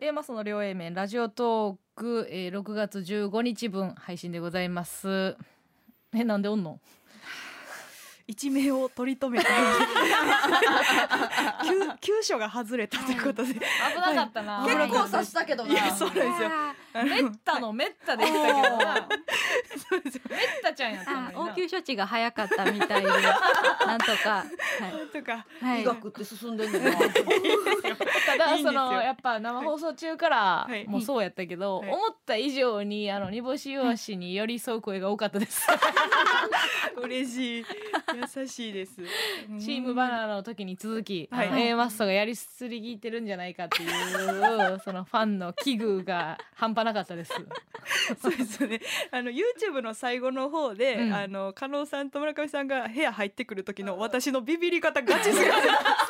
A マスの両 A 面ラジオトーク、6月15日分配信でございます。なんでおんの？ 一命を取り留めた急所が外れたということで、 危なかったな、 結構刺したけどな。 いやそうなんですよ。 めったのめったでしたけどなそうですよ。 めったちゃんやったのにな。 応急処置が早かったみたいでなんとか、 とかはい医学って進んでんねんな。 ただいいんですよやっぱ生放送中からはいもうそうやったけど、 はい思った以上に煮干しわしに寄り添う声が多かったです嬉しい、優しいです。 チームバナナの時に続き、 はい A マストがやりすぎてるんじゃないかっていうそのファンの危惧が半端なかったです。 そうですよね。YouTube の最後の方で、 うん加納さんと村上さんが部屋入ってくる時の私のビビり方ガチすぎる。 お笑い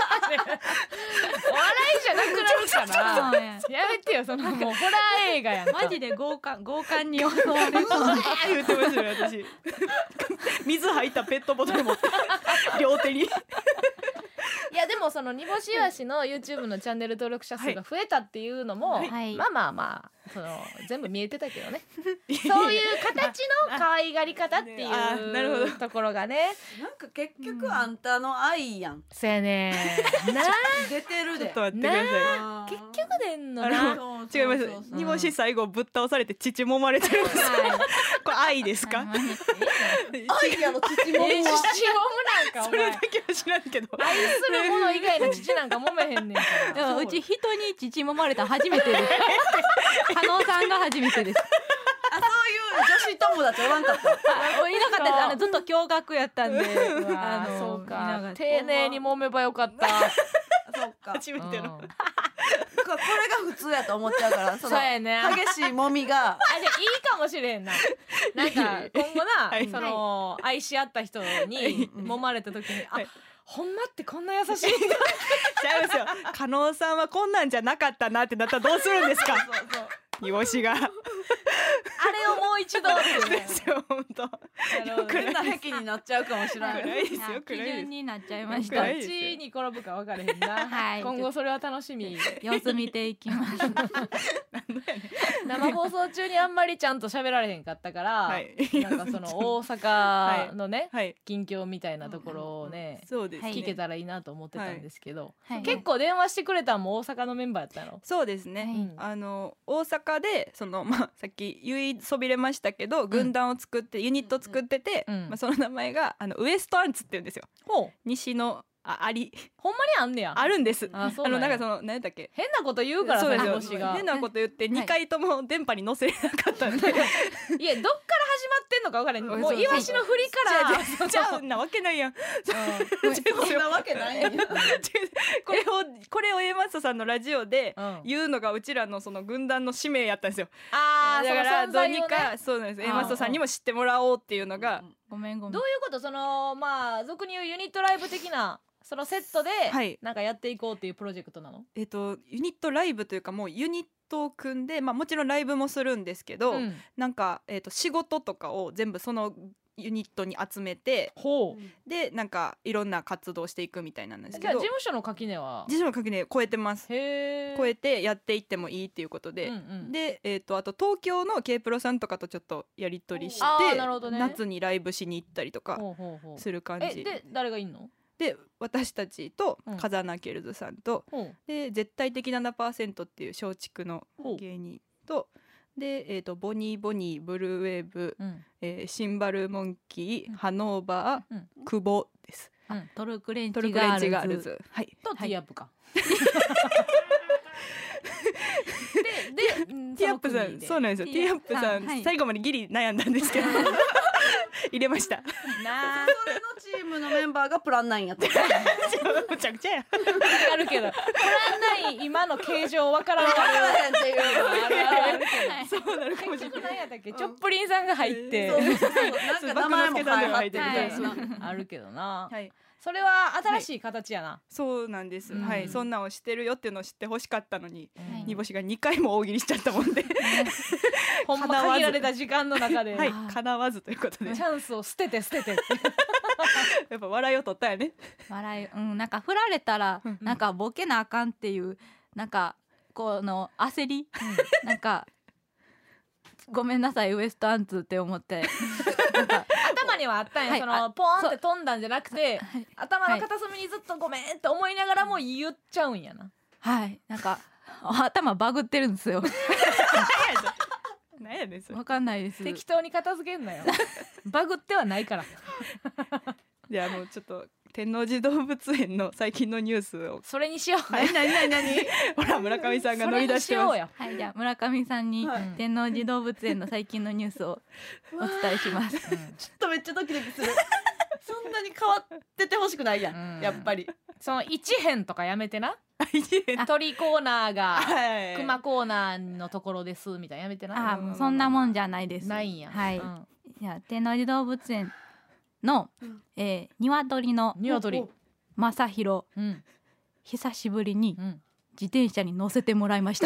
じゃなくなるからやめてよ、そのもうホラー映画やんか。 マジで豪華に襲われそう言ってましたよ私。水入ったペットボトル持って両手に。 いやでもその煮干しわしの YouTube のチャンネル登録者数が増えたっていうのも、 はいまあ全部見えてたけどねそういう形の可愛がり方っていあなるほどうところがね。 なんか結局あんたの愛やん。 そやねな出てるでちょっと。待ってください。 あー結局でんのな。 そう違います。 そうそう煮干し最後ぶっ倒されて乳揉まれてるんです。これ愛ですか？ 愛やろ父も父もむなんかお前それだけは知らんけど。 愛するもの以外の父なんか揉めへんねんからでもうち人に乳揉まれたの初めてです加納さんが初めてです。 あ、そういう女子友達おらんかった。 いなかったです。ずっと驚愕やったんでうわそういなかかった丁寧に揉めばよかったそっか。 初めての。 うんこれが普通やと思っちゃうから、 そうやね激しい揉みが。 じゃあいいかもしれへんな。なんか今後な、 はいその愛し合った人に揉まれた時に、 はいほんまってこんな優しいんだ。 違いますよ。加納さんはこんなんじゃなかったなってなったらどうするんですか？煮干しが。 あれをもう一度っていうでね。 すよ本当。 なるほどね変な癖になっちゃうかもしれない。 暗いですよ基暗いです準。になっちゃいましどた。 っちに転ぶか分からへんな。 はい今後それは楽しみ。 様子見ていきます。 生放送中にあんまりちゃんと喋られへんかったから、 はいなんかその大阪のね、 はい。 近況みたいなところをね、 そうですね。 聞けたらいいなと思ってたんですけど、 はい結構電話してくれたんも大阪のメンバーやったの。 そうですね、大阪でさっき言いそびれましたけど、軍団を作ってユニット作ってて、 うんその名前がウエストアンツって言うんですよ。 ほう、 西のほんまにあんねや。 あるんです。 あ、そうなんや。 なんか何だっけ、 変なこと言うからさ、 そうですよ煮干しが。 変なこと言って2回とも電波に乗せれなかったんで、 いや、どっから始まってんのか分からへん。もうイワシの振りから。 じゃあなわけないやん。 そんなわけないんや。 これを A マッソさんのラジオでうん言うのがうちらのその軍団の使命やったんですよ。 あー、 だからどうにその存在をねかそうなんです。 あー A マッソさんにも知ってもらおうっていうのが、 ごめんどういうこと俗に言うユニットライブ的なそのセットではいなんかやっていこうっていうプロジェクトなの？ ユニットライブというかもうユニットを組んで、もちろんライブもするんですけど、 うんなんか、仕事とかを全部そのユニットに集めて、 ほう。 でなんかいろんな活動していくみたいなんですじゃあけど、 事務所の垣根は事務所の垣根超えてます。 へー超えてやっていってもいいっていうことで、 うんうんで、あと東京の K プロさんとかとちょっとやり取りして、 あーなるほどね夏にライブしに行ったりとかほうほうほうする感じで誰がいんの？ で、私たちとうん風穴ケルズさんと、 ほうで絶対的 7% っていう松竹のほう芸人と、で、ボニーボニーブルーウェーブ、 うんシンバルモンキー、ハノーバー、 うん久保です。 トルクレントルクレンチガールズチガールズ、はい、 とティーアップか。でティーアップさん、そうなんですよ。ティーアップさん、 はい最後までギリ悩んだんですけど入れました。 なあそれのチームのメンバーがプラン9やってる。 むちゃくちゃや。 わかるけどプラン9今の形状わからん分からへんっていうのあるあるけどそうなるかもしれない。 結局何やったっけ、チョップリンさんが入ってそうそうそう、なんか名前も入ってるみたいな。 あるけどな、 はい、 それは新しい形やな、 そうなんです。 うんはい、そんなんをしてるよっていうのを知ってほしかったのに、 はい煮干しが2回も大喜利しちゃったもんで、 ほんま限られた時間の中で、 はい、叶わずということで、 チャンスを捨ててやっぱ笑いを取ったよね。 笑い、なんか振られたらうんなんかボケなあかんっていうなんかこの焦り、なんかごめんなさいウエストアンツって思ってなんか頭にはあったんや、 はいそのポーンって飛んだんじゃなくて、 はい頭の片隅にずっとごめんって思いながらも言っちゃうんやな。 はいなんか頭バグってるんですよ何やねんそれ。 わかんないです適当に片付けんなよバグってはないから。 じゃあもうちょっと天王寺動物園の最近のニュースを。 それにしよう。 何ほら村上さんが乗り出してます。 それにしようよ。 はいじゃあ村上さんにはい天王寺動物園の最近のニュースをお伝えしますちょっとめっちゃドキドキするそんなに変わっててほしくないやん、 うんやっぱりその一編とかやめてな。 あ鳥コーナーがはい熊コーナーのところですみたいなやめてな。 あもうそんなもんじゃないですないんや。 はい、 うんじゃあ天王寺動物園の、鶏の鶏。 正弘うん久しぶりにうん。 自転車に乗せてもらいました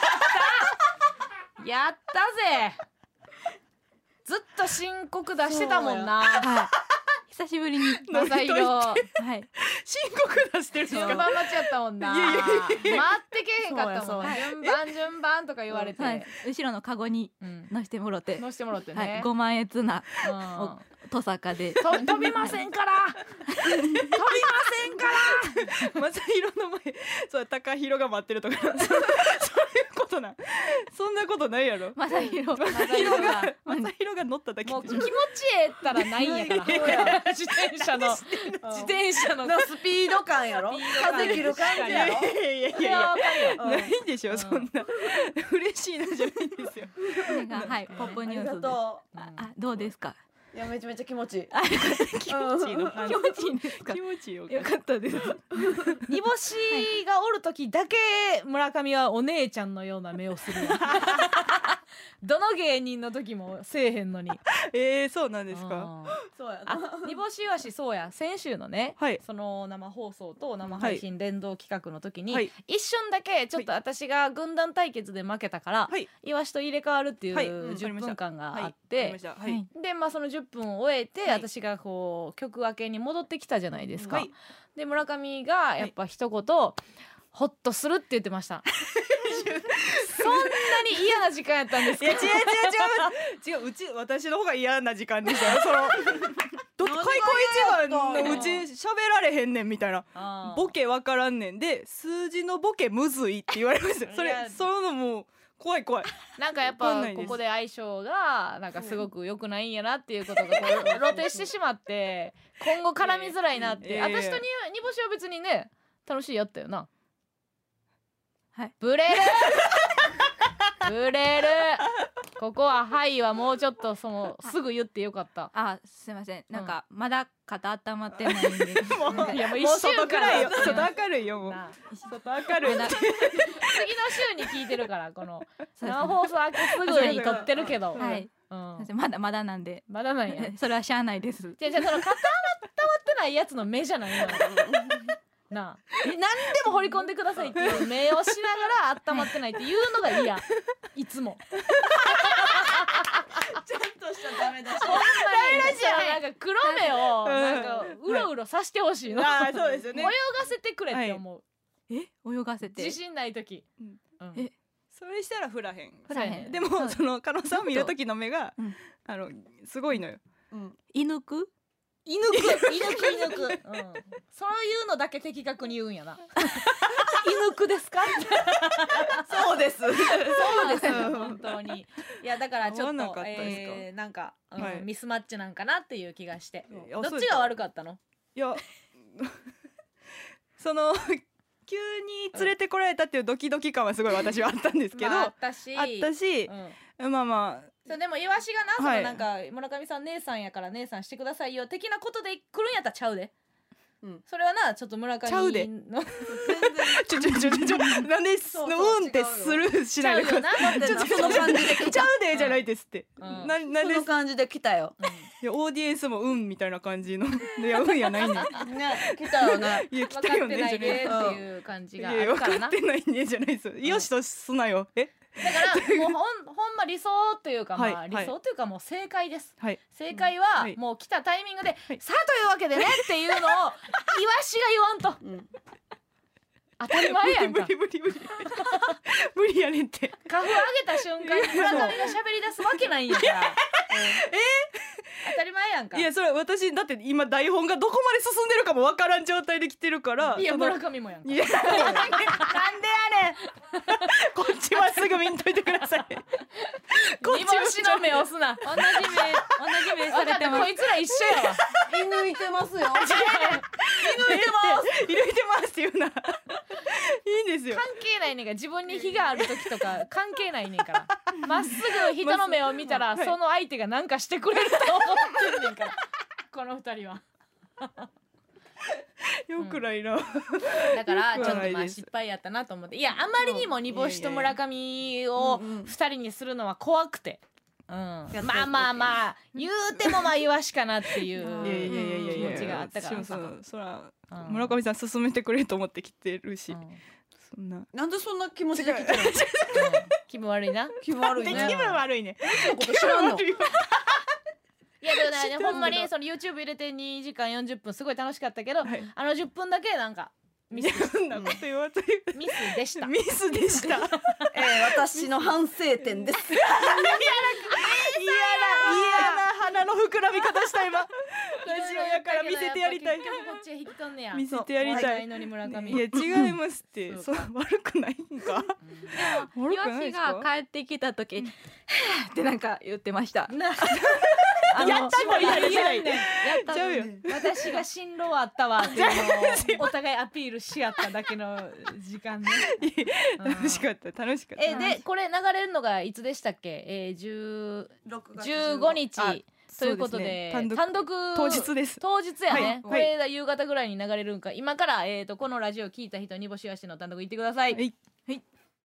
やったぜ。ずっと申告出してたもんな。 はい久しぶりにまさひろはい申告出してるんです順か。 番待ちやったもんな。 いやいやいや待ってけへんかったもん。 そうや順番とか言われて、 はい後ろのカゴにうん乗せてもろて、 乗せてもらってはいね。 ご満悦なうん登坂で飛びませんから飛びませんからまさひろの前そう高弘が待ってるとかそういうことな。そんなことないやろ。 正弘まさひろがまさひろが乗っただけでもう気持ちええったらないんやから自転車ののスピード感やろ風切る感じやろいやいやいそれはやわかるようんないんでしょ、そんな嬉しいなじゃないんですよ。 これがはいポップありがニュースですとあどうですかういやめちゃめちゃ気持ちいい気持ちいいの。 気持ちいいですか気持ちいいよ。 よかったです煮干しがおる時だけ村上はお姉ちゃんのような目をするわどの芸人の時もせえへんのに。 そうなんですか。 うんそうやなあ、煮干しわしそうや先週のね、 はいその生放送と生配信連動企画の時に、 はい一瞬だけちょっと私が軍団対決で負けたから、 はいイワシと入れ替わるっていうはい 10分間があっわかりてま、したははいいでまあその10分を終えて、 はい私がこう曲明けに戻ってきたじゃないですか、 はいで村上がやっぱ一言、ホッとするって言ってましたそんなに嫌な時間やったんですか。 いや違ううち私の方が嫌な時間でしたよ。そのどっかいこ一番のうち喋られへんねんみたいな。 あーボケわからんねんで数字のボケむずいって言われましたよ。そいやれそういうのもう怖い怖い。 なんかやっぱわかんないですここで相性がなんかすごく良くないんやなっていうことがこう露呈してしまって今後絡みづらいなって、 いやいやいや私と煮干しは別にね楽しいやったよな。 はいブレるブレるここははいはもうちょっとそのすぐ言ってよかった。 あすいませんなんかまだ肩温まってないんでもうなんかいやもう一もう週間外暗いよ。 だ外明るいよもう。 なあ外明るい。 まだ次の週に聞いてるからこのそうですね生放送明けすぐに撮ってるけど、 はいうん、 まだなんでまだなんや。 それはしゃあないですじゃその固まってないやつの目じゃないのなあ何でも掘り込んでくださいっていう目をしながら温まってないっていうのが嫌いつもちゃんとしたダメだしほんまにそのなんか黒目をなんかうろうろさしてほしいの、 あーそうですよね泳がせてくれって思う、 泳がせて自信ない時、うんえそれしたら振らへん。 振らへんでもその加納さんを見る時の目がうんすごいのよ。 射抜く射抜く、そういうのだけ的確に言うんやな射抜くですかそうですそうですよ本当に。いやだからちょっと合わなかったですかなんか、 はいミスマッチなんかなっていう気がして。 いやどっちが悪かったの？ いやその急に連れてこられたっていうドキドキ感はすごい私はあったんですけど、 まあ、ああったし、 ったしう、ん、 まあまそうでもイワシがな、 はいそのなんか村上さん姉さんやから姉さんしてくださいよ的なことで来るんやったらちゃうで。 うんそれはなちょっと村上ちゃうでのあちょなんでそうそううんってスルーしちないでくゃうよな。 だってなその感じで来たちゃうでじゃないですって。 うんなんでその感じで来たよいやオーディエンスもうんみたいな感じのいやうんやないねん。 ね来たよねいや来分かってたよねないでじゃない。 っていう感じがあいや分るからな。 かってないねじゃないですよ。よしとすなよ。 だからもうほんま理想というか、まあはい理想というかもう正解です。 はい。 正解ははいもう来たタイミングで、 はいさあというわけでねっていうのをイワシが言わんと。 うん当たり前やんか。 無理無理やねんって。 花粉上げた瞬間に村上が喋り出すわけないんやから当たり前やんか。 いやそれ私だって今台本がどこまで進んでるかもわからん状態で来てるからいやその村上もやんか。 いやなんでやねんこっちまっすぐ見んといてくださいこっ煮ち干しの目押すな。 同じ目さ分かった、 れてます。 こいつら一緒やわ。 射抜いてますよ。 入れてますって言うないいんですよ関係ないねんから、自分に非がある時とか関係ないねんからまっすぐ人の目を見たら、 はいその相手が何かしてくれると思ってんねんからこの二人は。 よくないな、 だからちょっとまあよくないです失敗やったなと思って、いやあまりにも煮干しと村上を二人にするのは怖くて、まあまあまあ言うてもまあイワシかなっていういやいやいやいやいや気持ちがあったから私もそらうん村上さん勧めてくれると思って来てるし、 うんそんななんでそんな気持ちで来てるの？ 気分悪いな。 気悪いね。 気分悪いねのこと知らんの。 気分悪いわいやでもね知ってますけどほんまにその YouTube 入れて2時間40分すごい楽しかったけど、 はいあの10分だけなんかミスそんなこと言わずミスでした。 ミスでした嫌な私の反省点です。 鼻の膨らみ方した今ラジオやから見せてやりたい結局こっちへ引き取んねや。 見せてやりたいのに村上。 いや違いますってそうそう悪くないんか悪くないイワシですかが帰ってきた時ってなんか言ってました。 なやったもんやるじゃないやったちゃうよ私が進路あったわっていうのをお互いアピールし合っただけの時間ね。 楽しかった楽しかったでこれ流れるのがいつでしたっけ？15日あということそうですでね単独当日です当日やね、 はいこれが夕方ぐらいに流れるんか、今からこのラジオ聞いた人煮干しわしの単独行ってください。 はい